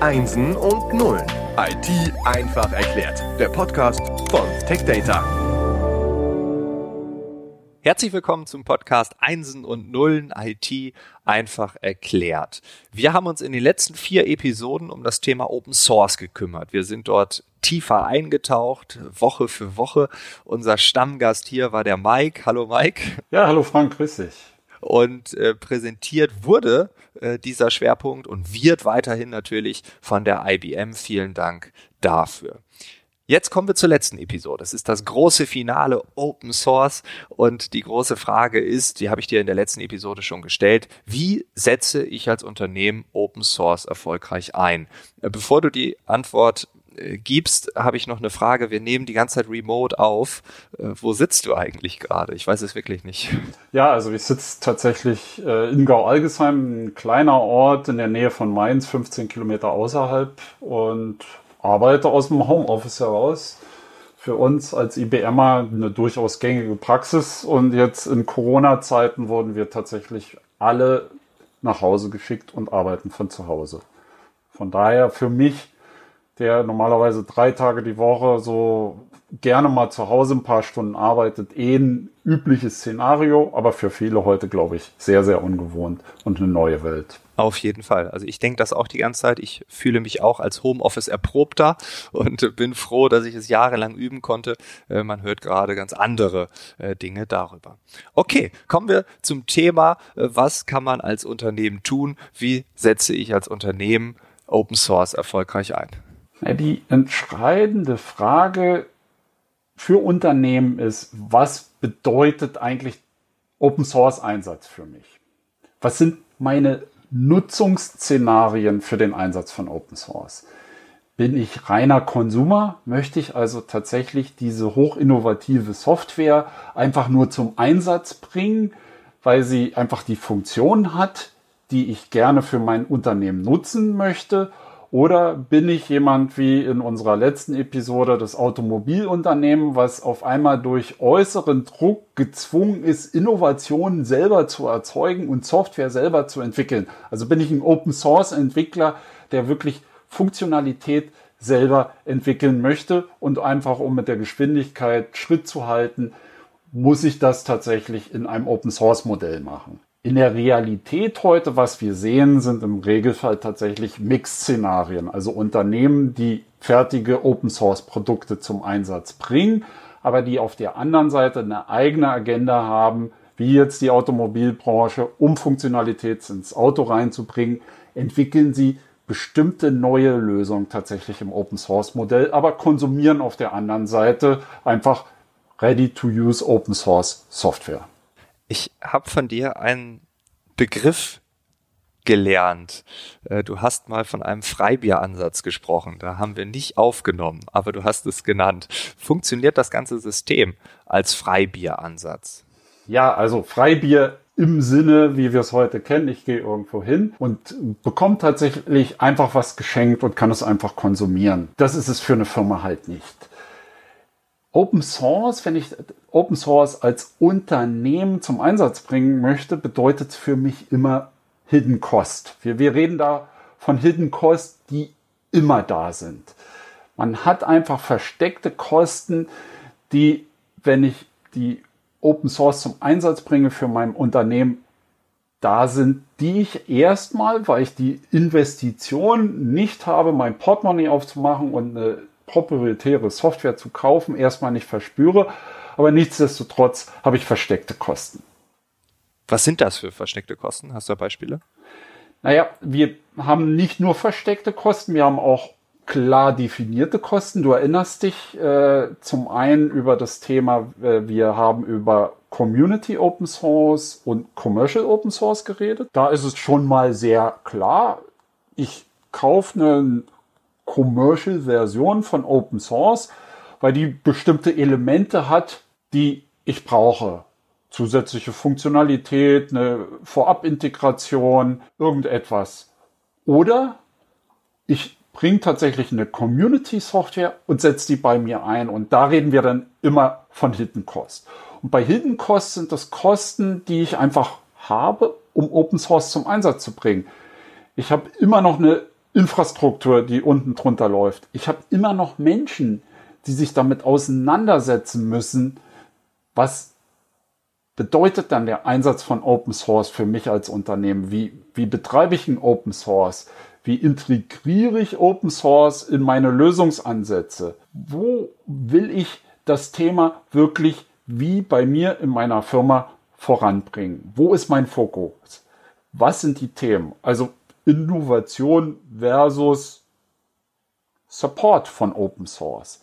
Einsen und Nullen. IT einfach erklärt. Der Podcast von TechData. Herzlich willkommen zum Podcast Einsen und Nullen IT einfach erklärt. Wir haben uns in den letzten 4 Episoden um das Thema Open Source gekümmert. Wir sind dort tiefer eingetaucht, Woche für Woche. Unser Stammgast hier war der Mike. Hallo Mike. Ja, hallo Frank, grüß dich. Und präsentiert wurde dieser Schwerpunkt und wird weiterhin natürlich von der IBM. Vielen Dank dafür. Jetzt kommen wir zur letzten Episode. Es ist das große Finale Open Source und die große Frage ist, die habe ich dir in der letzten Episode schon gestellt, wie setze ich als Unternehmen Open Source erfolgreich ein? Bevor du die Antwort gibst, habe ich noch eine Frage. Wir nehmen die ganze Zeit remote auf. Wo sitzt du eigentlich gerade? Ich weiß es wirklich nicht. Ja, also ich sitze tatsächlich in Gau-Algesheim, ein kleiner Ort in der Nähe von Mainz, 15 Kilometer außerhalb, und arbeite aus dem Homeoffice heraus. Für uns als IBMer eine durchaus gängige Praxis, und jetzt in Corona-Zeiten wurden wir tatsächlich alle nach Hause geschickt und arbeiten von zu Hause. Von daher für mich, der normalerweise 3 Tage die Woche so gerne mal zu Hause ein paar Stunden arbeitet, ein übliches Szenario, aber für viele heute, glaube ich, sehr, sehr ungewohnt und eine neue Welt. Auf jeden Fall. Also ich denke das auch die ganze Zeit. Ich fühle mich auch als Homeoffice erprobter und bin froh, dass ich es jahrelang üben konnte. Man hört gerade ganz andere Dinge darüber. Okay, kommen wir zum Thema. Was kann man als Unternehmen tun? Wie setze ich als Unternehmen Open Source erfolgreich ein? Die entscheidende Frage für Unternehmen ist, was bedeutet eigentlich Open Source Einsatz für mich? Was sind meine Nutzungsszenarien für den Einsatz von Open Source? Bin ich reiner Konsumer? Möchte ich also tatsächlich diese hochinnovative Software einfach nur zum Einsatz bringen, weil sie einfach die Funktion hat, die ich gerne für mein Unternehmen nutzen möchte? Oder bin ich jemand wie in unserer letzten Episode, das Automobilunternehmen, was auf einmal durch äußeren Druck gezwungen ist, Innovationen selber zu erzeugen und Software selber zu entwickeln? Also bin ich ein Open-Source-Entwickler, der wirklich Funktionalität selber entwickeln möchte, und einfach, um mit der Geschwindigkeit Schritt zu halten, muss ich das tatsächlich in einem Open-Source-Modell machen. In der Realität heute, was wir sehen, sind im Regelfall tatsächlich Mix-Szenarien, also Unternehmen, die fertige Open-Source-Produkte zum Einsatz bringen, aber die auf der anderen Seite eine eigene Agenda haben, wie jetzt die Automobilbranche, um Funktionalität ins Auto reinzubringen, entwickeln sie bestimmte neue Lösungen tatsächlich im Open-Source-Modell, aber konsumieren auf der anderen Seite einfach ready-to-use Open-Source-Software. Ich habe von dir einen Begriff gelernt. Du hast mal von einem Freibieransatz gesprochen. Da haben wir nicht aufgenommen, aber du hast es genannt. Funktioniert das ganze System als Freibieransatz? Ja, also Freibier im Sinne, wie wir es heute kennen. Ich gehe irgendwo hin und bekomme tatsächlich einfach was geschenkt und kann es einfach konsumieren. Das ist es für eine Firma halt nicht. Open Source, wenn ich Open Source als Unternehmen zum Einsatz bringen möchte, bedeutet für mich immer Hidden Cost. Wir reden da von Hidden Cost, die immer da sind. Man hat einfach versteckte Kosten, die, wenn ich die Open Source zum Einsatz bringe für mein Unternehmen, da sind, die ich erstmal, weil ich die Investition nicht habe, mein Portemonnaie aufzumachen und eine proprietäre Software zu kaufen, erstmal nicht verspüre, aber nichtsdestotrotz habe ich versteckte Kosten. Was sind das für versteckte Kosten? Hast du da Beispiele? Naja, wir haben nicht nur versteckte Kosten, wir haben auch klar definierte Kosten. Du erinnerst dich zum einen über das Thema, wir haben über Community Open Source und Commercial Open Source geredet. Da ist es schon mal sehr klar, ich kaufe eine Commercial-Version von Open Source, weil die bestimmte Elemente hat, die ich brauche. Zusätzliche Funktionalität, eine Vorab-Integration, irgendetwas. Oder ich bringe tatsächlich eine Community-Software und setze die bei mir ein. Und da reden wir dann immer von Hidden Cost. Und bei Hidden Cost sind das Kosten, die ich einfach habe, um Open Source zum Einsatz zu bringen. Ich habe immer noch eine Infrastruktur, die unten drunter läuft. Ich habe immer noch Menschen, die sich damit auseinandersetzen müssen, was bedeutet dann der Einsatz von Open Source für mich als Unternehmen? Wie betreibe ich einen Open Source? Wie integriere ich Open Source in meine Lösungsansätze? Wo will ich das Thema wirklich wie bei mir in meiner Firma voranbringen? Wo ist mein Fokus? Was sind die Themen? Also Innovation versus Support von Open Source.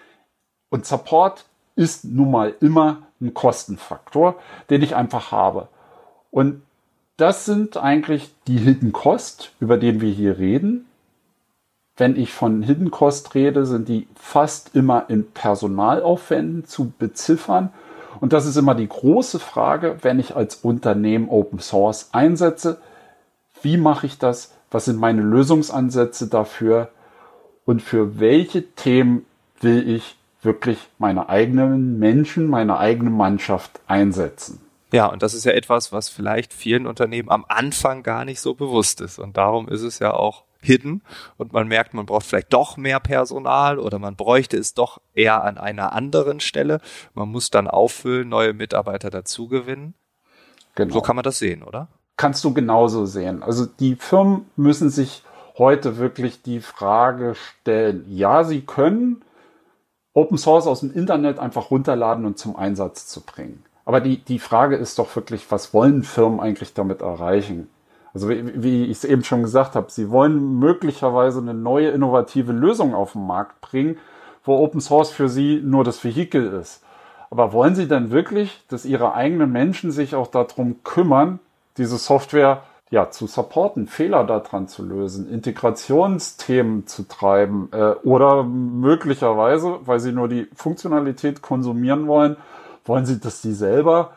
Und Support ist nun mal immer ein Kostenfaktor, den ich einfach habe. Und das sind eigentlich die Hidden Cost, über den wir hier reden. Wenn ich von Hidden Cost rede, sind die fast immer in Personalaufwänden zu beziffern. Und das ist immer die große Frage, wenn ich als Unternehmen Open Source einsetze. Wie mache ich das? Was sind meine Lösungsansätze dafür? Und für welche Themen will ich wirklich meine eigenen Menschen, meine eigene Mannschaft einsetzen? Ja, und das ist ja etwas, was vielleicht vielen Unternehmen am Anfang gar nicht so bewusst ist. Und darum ist es ja auch hidden. Und man merkt, man braucht vielleicht doch mehr Personal oder man bräuchte es doch eher an einer anderen Stelle. Man muss dann auffüllen, neue Mitarbeiter dazugewinnen. Genau. So kann man das sehen, oder? Kannst du genauso sehen. Also die Firmen müssen sich heute wirklich die Frage stellen, ja, sie können Open Source aus dem Internet einfach runterladen und zum Einsatz zu bringen. Aber die Frage ist doch wirklich, was wollen Firmen eigentlich damit erreichen? Also wie ich es eben schon gesagt habe, sie wollen möglicherweise eine neue innovative Lösung auf den Markt bringen, wo Open Source für sie nur das Vehikel ist. Aber wollen sie denn wirklich, dass ihre eigenen Menschen sich auch darum kümmern, diese Software zu supporten, Fehler daran zu lösen, Integrationsthemen zu treiben oder möglicherweise, weil sie nur die Funktionalität konsumieren wollen sie, dass sie selber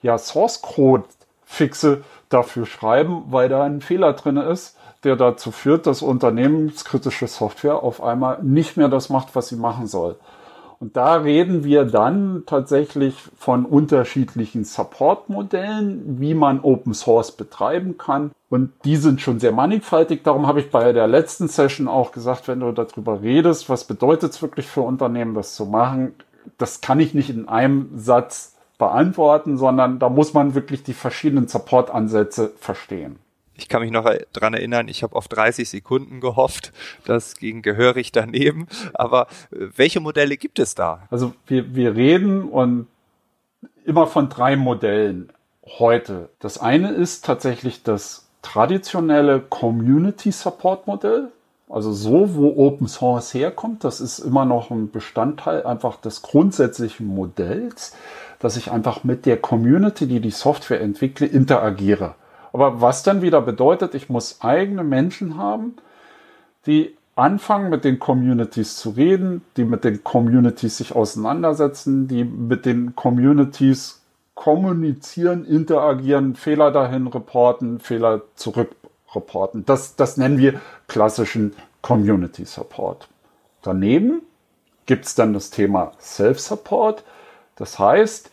Source-Code-Fixe dafür schreiben, weil da ein Fehler drin ist, der dazu führt, dass unternehmenskritische Software auf einmal nicht mehr das macht, was sie machen soll. Und da reden wir dann tatsächlich von unterschiedlichen Support-Modellen, wie man Open Source betreiben kann. Und die sind schon sehr mannigfaltig. Darum habe ich bei der letzten Session auch gesagt, wenn du darüber redest, was bedeutet es wirklich für Unternehmen, das zu machen, das kann ich nicht in einem Satz beantworten, sondern da muss man wirklich die verschiedenen Support-Ansätze verstehen. Ich kann mich noch dran erinnern, ich habe auf 30 Sekunden gehofft, das ging gehörig daneben. Aber welche Modelle gibt es da? Also wir reden und immer von 3 Modellen heute. Das eine ist tatsächlich das traditionelle Community-Support-Modell. Also so, wo Open Source herkommt, das ist immer noch ein Bestandteil einfach des grundsätzlichen Modells, dass ich einfach mit der Community, die die Software entwickle, interagiere. Aber was dann wieder bedeutet, ich muss eigene Menschen haben, die anfangen mit den Communities zu reden, die mit den Communities sich auseinandersetzen, die mit den Communities kommunizieren, interagieren, Fehler dahin reporten, Fehler zurück reporten. Das nennen wir klassischen Community Support. Daneben gibt es dann das Thema Self-Support. Das heißt,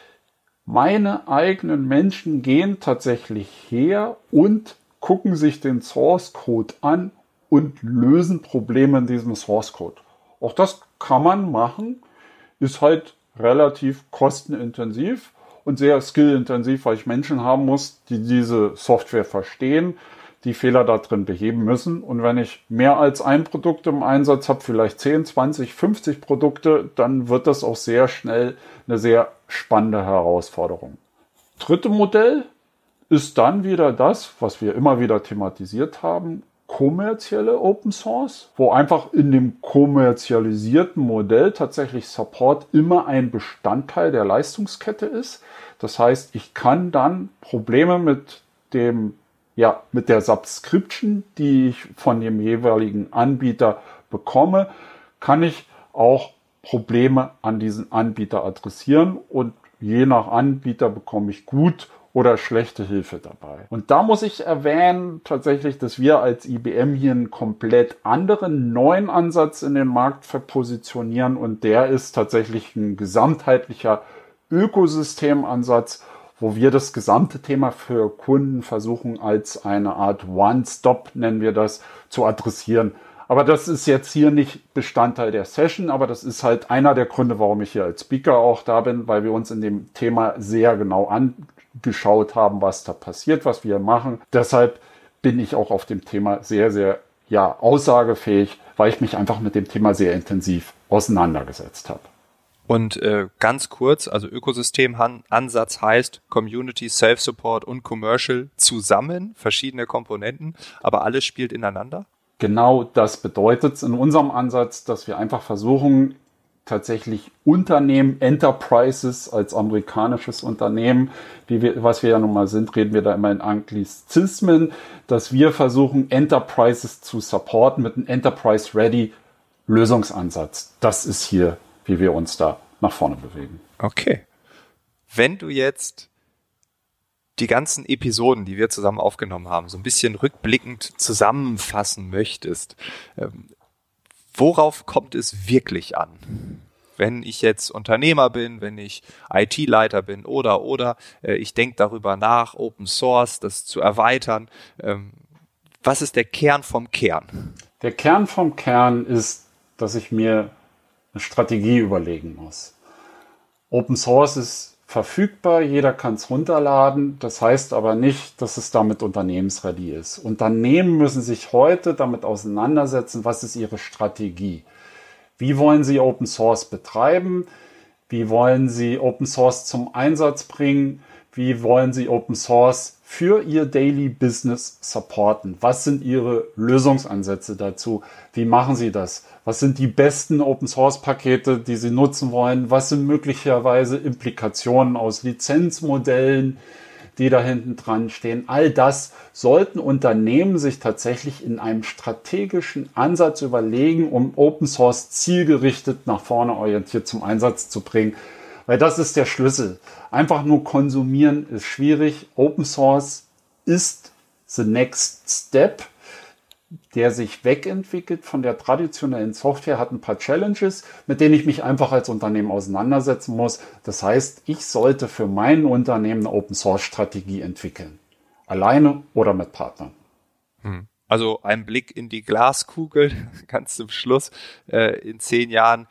meine eigenen Menschen gehen tatsächlich her und gucken sich den Source Code an und lösen Probleme in diesem Source Code. Auch das kann man machen, ist halt relativ kostenintensiv und sehr skillintensiv, weil ich Menschen haben muss, die diese Software verstehen, die Fehler da drin beheben müssen. Und wenn ich mehr als ein Produkt im Einsatz habe, vielleicht 10, 20, 50 Produkte, dann wird das auch sehr schnell eine sehr spannende Herausforderung. Dritte Modell ist dann wieder das, was wir immer wieder thematisiert haben, kommerzielle Open Source, wo einfach in dem kommerzialisierten Modell tatsächlich Support immer ein Bestandteil der Leistungskette ist. Das heißt, ich kann dann Probleme mit der Subscription, die ich von dem jeweiligen Anbieter bekomme, kann ich auch Probleme an diesen Anbieter adressieren und je nach Anbieter bekomme ich gut oder schlechte Hilfe dabei. Und da muss ich erwähnen tatsächlich, dass wir als IBM hier einen komplett anderen, neuen Ansatz in den Markt verpositionieren und der ist tatsächlich ein gesamtheitlicher Ökosystemansatz, wo wir das gesamte Thema für Kunden versuchen, als eine Art One-Stop, nennen wir das, zu adressieren. Aber das ist jetzt hier nicht Bestandteil der Session, aber das ist halt einer der Gründe, warum ich hier als Speaker auch da bin, weil wir uns in dem Thema sehr genau angeschaut haben, was da passiert, was wir machen. Deshalb bin ich auch auf dem Thema sehr, sehr aussagefähig, weil ich mich einfach mit dem Thema sehr intensiv auseinandergesetzt habe. Und ganz kurz, also Ökosystemansatz heißt Community, Self-Support und Commercial zusammen, verschiedene Komponenten, aber alles spielt ineinander? Genau das bedeutet es in unserem Ansatz, dass wir einfach versuchen, tatsächlich Unternehmen, Enterprises als amerikanisches Unternehmen, was wir ja nun mal sind, reden wir da immer in Anglizismen, dass wir versuchen, Enterprises zu supporten mit einem Enterprise-Ready-Lösungsansatz. Das ist hier, wie wir uns da nach vorne bewegen. Okay. Wenn du jetzt die ganzen Episoden, die wir zusammen aufgenommen haben, so ein bisschen rückblickend zusammenfassen möchtest, worauf kommt es wirklich an? Wenn ich jetzt Unternehmer bin, wenn ich IT-Leiter bin oder ich denke darüber nach, Open Source, das zu erweitern. Was ist der Kern vom Kern? Der Kern vom Kern ist, dass ich mir eine Strategie überlegen muss. Open Source ist verfügbar, jeder kann es runterladen. Das heißt aber nicht, dass es damit unternehmensready ist. Unternehmen müssen sich heute damit auseinandersetzen, was ist ihre Strategie. Wie wollen sie Open Source betreiben? Wie wollen sie Open Source zum Einsatz bringen? Wie wollen sie Open Source für ihr Daily Business supporten? Was sind ihre Lösungsansätze dazu? Wie machen sie das? Was sind die besten Open Source Pakete, die sie nutzen wollen? Was sind möglicherweise Implikationen aus Lizenzmodellen, die da hinten dran stehen? All das sollten Unternehmen sich tatsächlich in einem strategischen Ansatz überlegen, um Open Source zielgerichtet nach vorne orientiert zum Einsatz zu bringen. Weil das ist der Schlüssel. Einfach nur konsumieren ist schwierig. Open Source ist the next step, der sich wegentwickelt von der traditionellen Software, hat ein paar Challenges, mit denen ich mich einfach als Unternehmen auseinandersetzen muss. Das heißt, ich sollte für mein Unternehmen eine Open Source Strategie entwickeln. Alleine oder mit Partnern. Also ein Blick in die Glaskugel, ganz zum Schluss. In 10 Jahren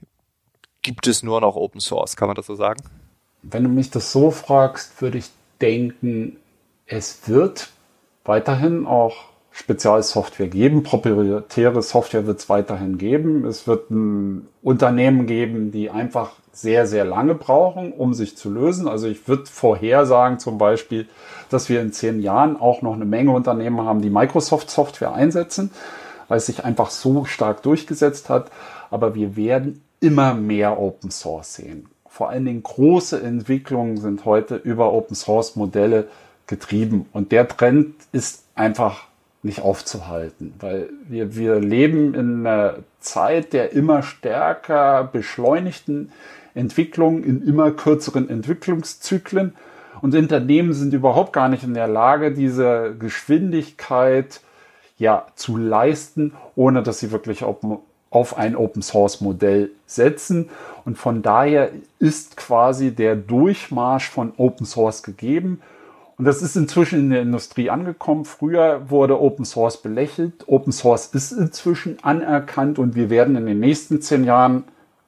gibt es nur noch Open Source, kann man das so sagen? Wenn du mich das so fragst, würde ich denken, es wird weiterhin auch Spezialsoftware geben, proprietäre Software wird es weiterhin geben. Es wird ein Unternehmen geben, die einfach sehr, sehr lange brauchen, um sich zu lösen. Also ich würde vorhersagen zum Beispiel, dass wir in 10 Jahren auch noch eine Menge Unternehmen haben, die Microsoft-Software einsetzen, weil es sich einfach so stark durchgesetzt hat. Aber wir werden immer mehr Open Source sehen. Vor allen Dingen große Entwicklungen sind heute über Open Source Modelle getrieben. Und der Trend ist einfach nicht aufzuhalten, weil wir leben in einer Zeit der immer stärker beschleunigten Entwicklung, in immer kürzeren Entwicklungszyklen. Und Unternehmen sind überhaupt gar nicht in der Lage, diese Geschwindigkeit zu leisten, ohne dass sie wirklich auf ein Open-Source-Modell setzen. Und von daher ist quasi der Durchmarsch von Open Source gegeben. Und das ist inzwischen in der Industrie angekommen. Früher wurde Open Source belächelt. Open Source ist inzwischen anerkannt und wir werden in den nächsten 10 Jahren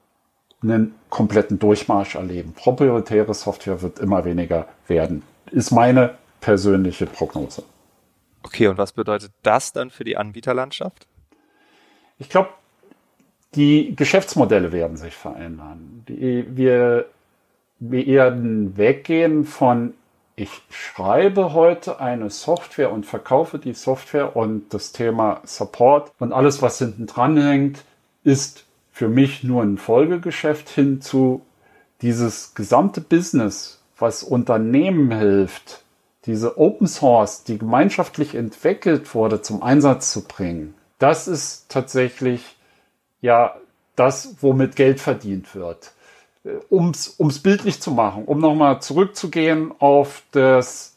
einen kompletten Durchmarsch erleben. Proprietäre Software wird immer weniger werden. Ist meine persönliche Prognose. Okay, und was bedeutet das dann für die Anbieterlandschaft? Ich glaube, die Geschäftsmodelle werden sich verändern. Wir werden weggehen von, ich schreibe heute eine Software und verkaufe die Software und das Thema Support und alles, was hinten dran hängt, ist für mich nur ein Folgegeschäft hin zu dieses gesamte Business, was Unternehmen hilft, diese Open Source, die gemeinschaftlich entwickelt wurde, zum Einsatz zu bringen. Das ist tatsächlich das, womit Geld verdient wird. Um's bildlich zu machen, um nochmal zurückzugehen auf das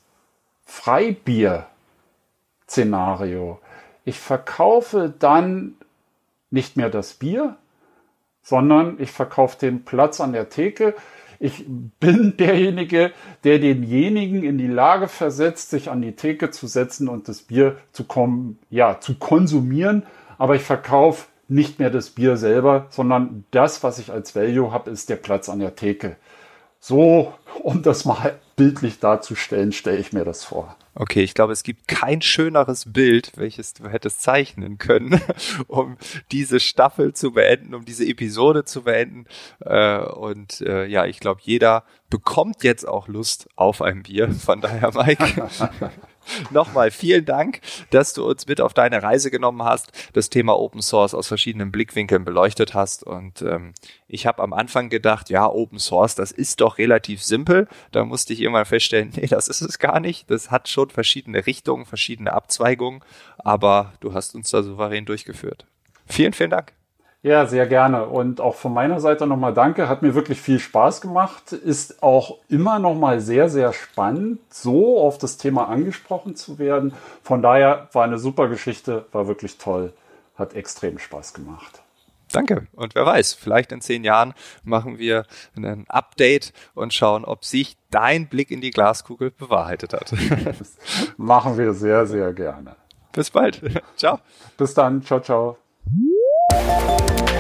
Freibier-Szenario. Ich verkaufe dann nicht mehr das Bier, sondern ich verkaufe den Platz an der Theke. Ich bin derjenige, der denjenigen in die Lage versetzt, sich an die Theke zu setzen und das Bier zu konsumieren. Aber ich verkaufe nicht mehr das Bier selber, sondern das, was ich als Value habe, ist der Platz an der Theke. So, um das mal bildlich darzustellen, stelle ich mir das vor. Okay, ich glaube, es gibt kein schöneres Bild, welches du hättest zeichnen können, um diese Staffel zu beenden, um diese Episode zu beenden. Ich glaube, jeder bekommt jetzt auch Lust auf ein Bier. Von daher, Mike, nochmal vielen Dank, dass du uns mit auf deine Reise genommen hast, das Thema Open Source aus verschiedenen Blickwinkeln beleuchtet hast. Und ich habe am Anfang gedacht, ja, Open Source, das ist doch relativ simpel. Da musste ich irgendwann feststellen, nee, das ist es gar nicht. Das hat schon verschiedene Richtungen, verschiedene Abzweigungen, aber du hast uns da souverän durchgeführt. Vielen, vielen Dank. Ja, sehr gerne. Und auch von meiner Seite nochmal danke. Hat mir wirklich viel Spaß gemacht. Ist auch immer nochmal sehr, sehr spannend, so auf das Thema angesprochen zu werden. Von daher war eine super Geschichte, war wirklich toll. Hat extrem Spaß gemacht. Danke. Und wer weiß, vielleicht in 10 Jahren machen wir ein Update und schauen, ob sich dein Blick in die Glaskugel bewahrheitet hat. Das machen wir sehr, sehr gerne. Bis bald. Ciao. Bis dann. Ciao, ciao.